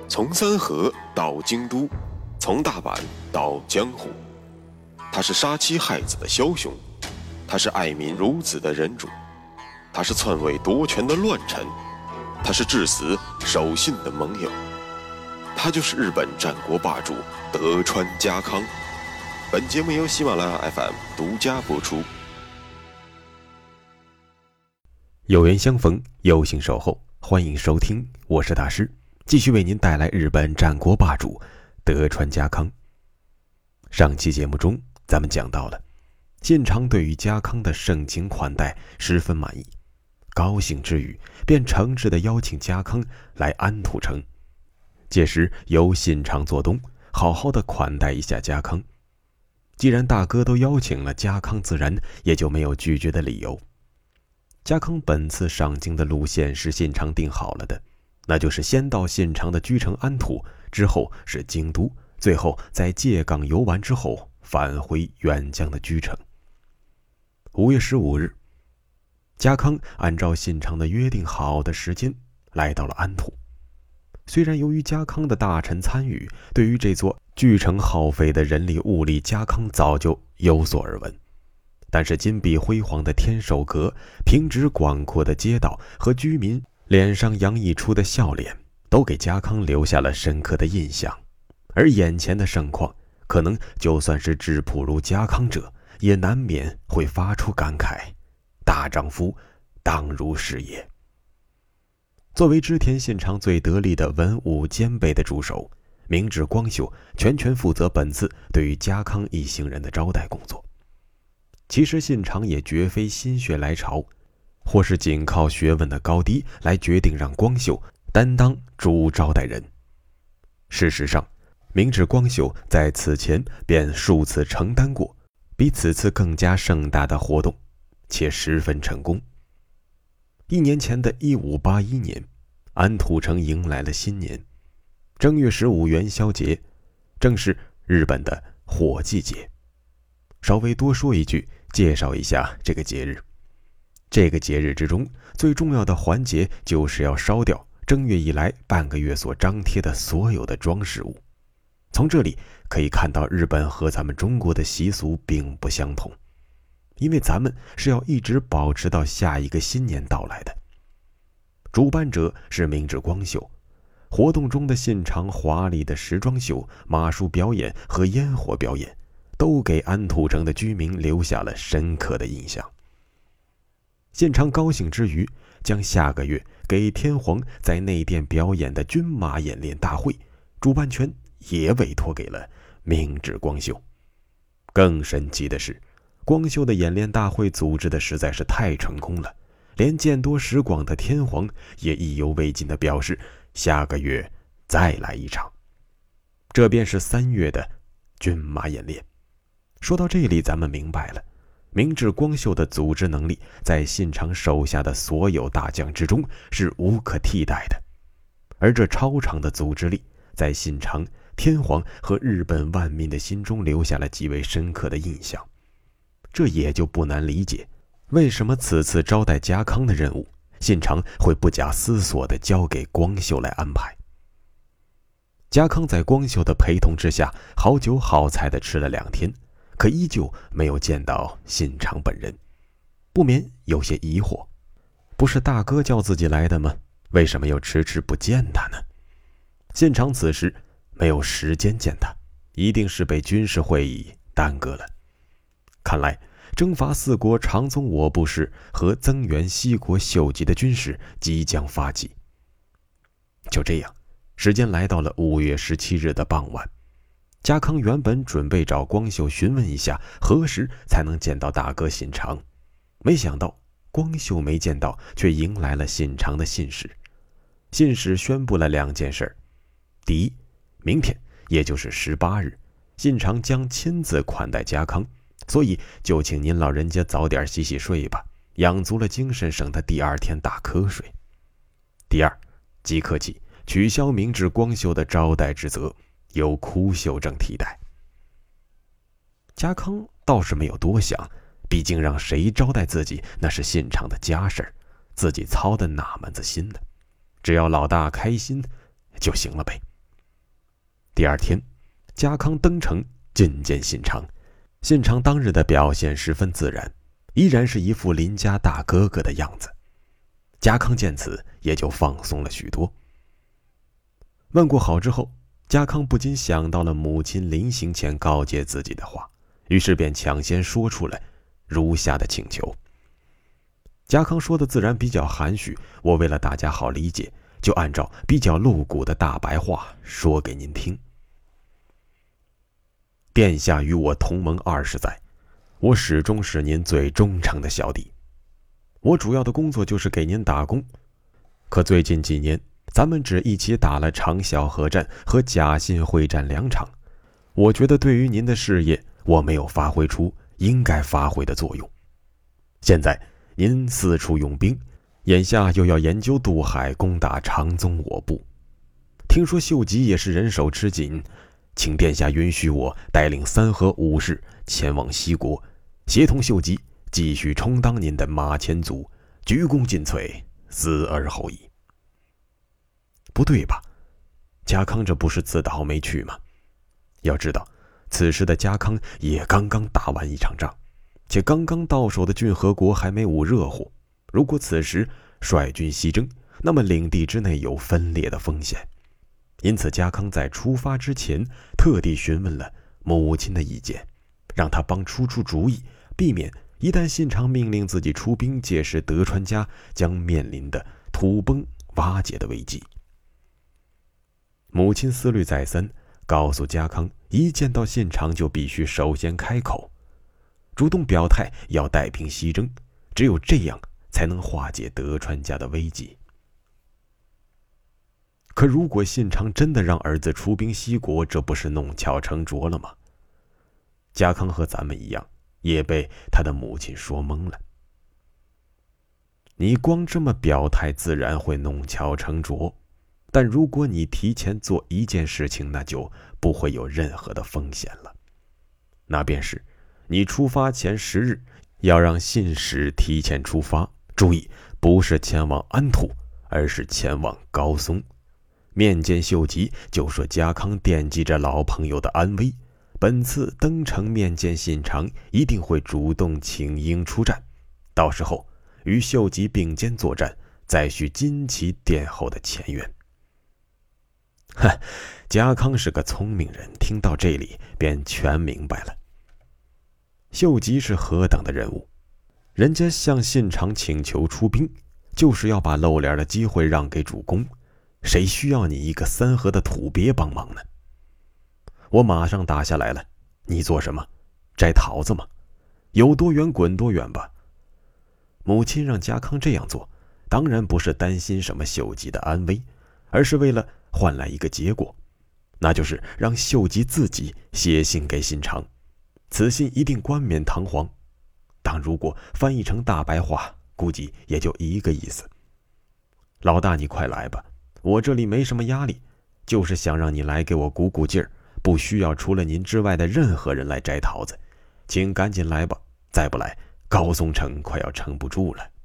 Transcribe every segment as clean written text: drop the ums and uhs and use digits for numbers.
从三河到京都，从大阪到江湖，他是杀妻害子的枭雄，他是爱民如子的仁主，他是篡位夺权的乱臣，他是至死守信的盟友，他就是日本战国霸主德川家康。本节目由喜马拉雅 FM 独家播出。 有缘相逢，有幸守候，欢迎收听，我是大师，继续为您带来日本战国霸主德川家康。上期节目中，咱们讲到了信长对于家康的盛情款待十分满意，高兴之余，便诚挚地邀请家康来安土城，届时由信长做东，好好的款待一下家康。既然大哥都邀请了，家康自然也就没有拒绝的理由。家康本次上京的路线是信长定好了的，那就是先到信长的居城安土，之后是京都，最后在借港游玩之后返回远江的居城。5月15日，家康按照信长的约定好的时间来到了安土。虽然由于家康的大臣参与，对于这座据城耗费的人力物力，家康早就有所耳闻，但是金碧辉煌的天守阁、平直广阔的街道和居民脸上洋溢出的笑脸，都给家康留下了深刻的印象。而眼前的盛况，可能就算是质朴如家康者，也难免会发出感慨：大丈夫当如是也。作为织田信长最得力的文武兼备的助手，明智光秀全权负责本次对于家康一行人的招待工作。其实信长也绝非心血来潮，或是仅靠学问的高低来决定让光秀担当主招待人。事实上，明智光秀在此前便数次承担过比此次更加盛大的活动，且十分成功。1年前的1581年，安土城迎来了新年。正月15元宵节，正是日本的火祭节。稍微多说一句，介绍一下这个节日。这个节日之中，最重要的环节就是要烧掉正月以来半个月所张贴的所有的装饰物。从这里可以看到，日本和咱们中国的习俗并不相同，因为咱们是要一直保持到下一个新年到来的。主办者是明智光秀，活动中的信长华丽的时装秀、马术表演和烟火表演，都给安土城的居民留下了深刻的印象。信长高兴之余，将下个月给天皇在内殿表演的军马演练大会主办权也委托给了明智光秀。更神奇的是，光秀的演练大会组织的实在是太成功了，连见多识广的天皇也意犹未尽地表示下个月再来一场。这便是3月的军马演练。说到这里，咱们明白了，明智光秀的组织能力在信长手下的所有大将之中是无可替代的，而这超长的组织力在信长、天皇和日本万民的心中留下了极为深刻的印象。这也就不难理解，为什么此次招待家康的任务，信长会不假思索地交给光秀来安排。家康在光秀的陪同之下，好酒好菜地吃了2天，可依旧没有见到信长本人，不免有些疑惑，不是大哥叫自己来的吗？为什么又迟迟不见他呢？信长此时没有时间见他，一定是被军事会议耽搁了。看来征伐4国长宗我部氏和增援西国秀吉的军事即将发起。就这样，时间来到了5月17日的傍晚。家康原本准备找光秀询问一下何时才能见到大哥信长，没想到光秀没见到，却迎来了信长的信使。信使宣布了2件事。第一，明天也就是18日，信长将亲自款待家康，所以就请您老人家早点洗洗睡吧，养足了精神，省得第2天打瞌睡。第二，即刻起取消明智光秀的招待之责，由枯秀正替代。家康倒是没有多想，毕竟让谁招待自己那是信长的家事，自己操的哪门子心呢？只要老大开心就行了呗。 第二天，家康登城觐见信长。信长当日的表现十分自然，依然是一副邻家大哥哥的样子。家康见此也就放松了许多。问过好之后，家康不禁想到了母亲临行前告诫自己的话，于是便抢先说出了如下的请求。家康说的自然比较含蓄，我为了大家好理解，就按照比较露骨的大白话说给您听。殿下与我同盟20载，我始终是您最忠诚的小弟。我主要的工作就是给您打工，可最近几年，咱们只一起打了长萧河战和甲信会战2场，我觉得对于您的事业，我没有发挥出应该发挥的作用。现在您四处用兵，眼下又要研究渡海攻打长宗我部，听说秀吉也是人手吃紧，请殿下允许我带领3河武士前往西国，协同秀吉继续充当您的马前卒，鞠躬尽瘁，死而后已。不对吧？家康这不是自讨没趣吗？要知道，此时的家康也刚刚打完一场仗，且刚刚到手的郡河国还没捂热乎。如果此时率军西征，那么领地之内有分裂的风险。因此家康在出发之前特地询问了母亲的意见，让他帮出主意，避免一旦信长命令自己出兵，届时德川家将面临的土崩瓦解的危机。母亲思虑再三，告诉家康，一见到信长就必须首先开口，主动表态要带兵西征，只有这样才能化解德川家的危机。可如果信长真的让儿子出兵西国，这不是弄巧成拙了吗？家康和咱们一样，也被他的母亲说懵了。你光这么表态，自然会弄巧成拙，但如果你提前做一件事情，那就不会有任何的风险了。那便是你出发前10日要让信使提前出发，注意，不是前往安土，而是前往高松。面见秀吉，就说家康惦记着老朋友的安危，本次登城面见信长，一定会主动请缨出战，到时候与秀吉并肩作战，再续旌旗殿后的前缘。家康是个聪明人，听到这里便全明白了。秀吉是何等的人物，人家向信长请求出兵，就是要把露脸的机会让给主公，谁需要你一个3河的土鳖帮忙呢？我马上打下来了，你做什么？摘桃子吗？有多远滚多远吧。母亲让家康这样做，当然不是担心什么秀吉的安危，而是为了换来一个结果，那就是让秀吉自己写信给信长，此信一定冠冕堂皇，但如果翻译成大白话，估计也就一个意思：老大你快来吧，我这里没什么压力，就是想让你来给我鼓鼓劲儿，不需要除了您之外的任何人来摘桃子，请赶紧来吧，再不来高松城快要撑不住了。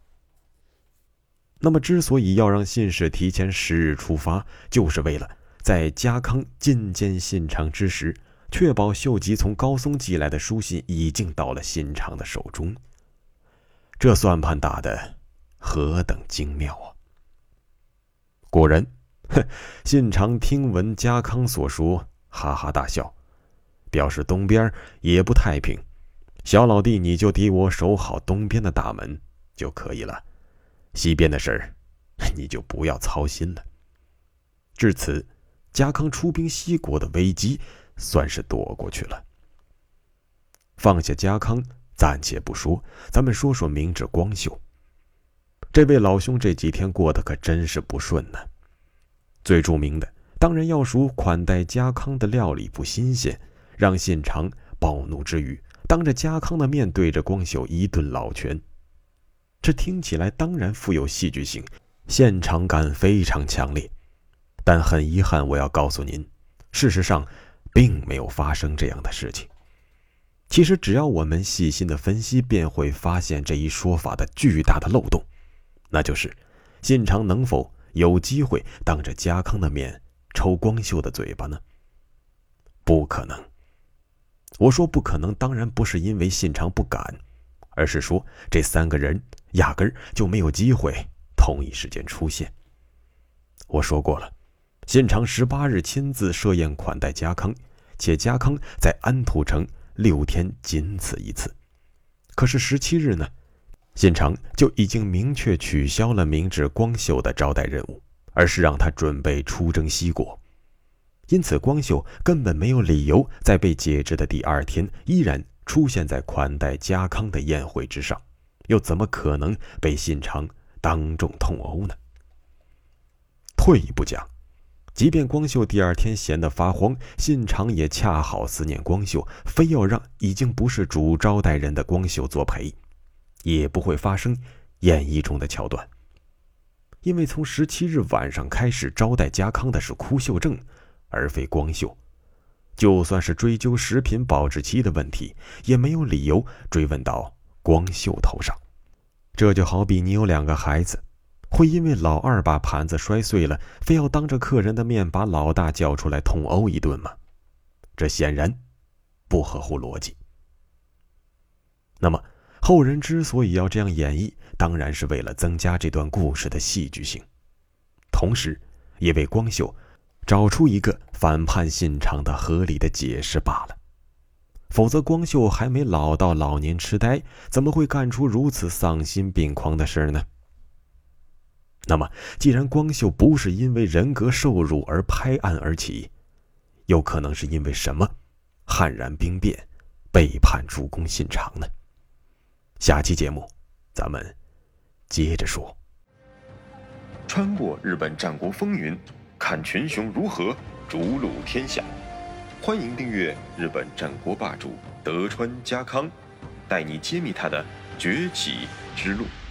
那么之所以要让信使提前10日出发，就是为了在家康觐见信长之时，确保秀吉从高松寄来的书信已经到了信长的手中。这算盘打得何等精妙啊！果然，信长听闻家康所说，哈哈大笑，表示东边也不太平，小老弟你就替我守好东边的大门就可以了，西边的事儿你就不要操心了。至此，家康出兵西国的危机算是躲过去了。放下家康暂且不说，咱们说说明智光秀。这位老兄这几天过得可真是不顺呢。最著名的当然要数款待家康的料理不新鲜，让信长暴怒之余，当着家康的面对着光秀一顿老拳。这听起来当然富有戏剧性，现场感非常强烈，但很遗憾，我要告诉您，事实上并没有发生这样的事情。其实只要我们细心的分析，便会发现这一说法的巨大的漏洞，那就是信长能否有机会当着家康的面抽光秀的嘴巴呢？ 不可能。我说不可能，当然不是因为信长不敢，而是说这3个人压根儿就没有机会同一时间出现。我说过了，信长18日亲自设宴款待家康，且家康在安土城6天仅此一次。可是17日呢，信长就已经明确取消了明智光秀的招待任务，而是让他准备出征西国。因此光秀根本没有理由在被解职的第2天依然出现在款待家康的宴会之上，又怎么可能被信长当众痛殴呢？退一步讲，即便光秀第2天闲得发慌，信长也恰好思念光秀，非要让已经不是主招待人的光秀作陪，也不会发生演绎中的桥段。因为从17日晚上开始招待家康的是枯秀正，而非光秀。就算是追究食品保质期的问题，也没有理由追问到光秀头上。这就好比你有2个孩子，会因为老二把盘子摔碎了，非要当着客人的面把老大叫出来痛殴一顿吗？这显然不合乎逻辑。那么后人之所以要这样演绎，当然是为了增加这段故事的戏剧性，同时也为光秀找出一个反叛信长的合理的解释罢了。否则光秀还没老到老年痴呆，怎么会干出如此丧心病狂的事呢？那么既然光秀不是因为人格受辱而拍案而起，有可能是因为什么悍然兵变，背叛主公信长呢？下期节目咱们接着说。 穿过日本战国风云，看群雄如何逐鹿天下。欢迎订阅日本战国霸主德川家康，带你揭秘他的崛起之路。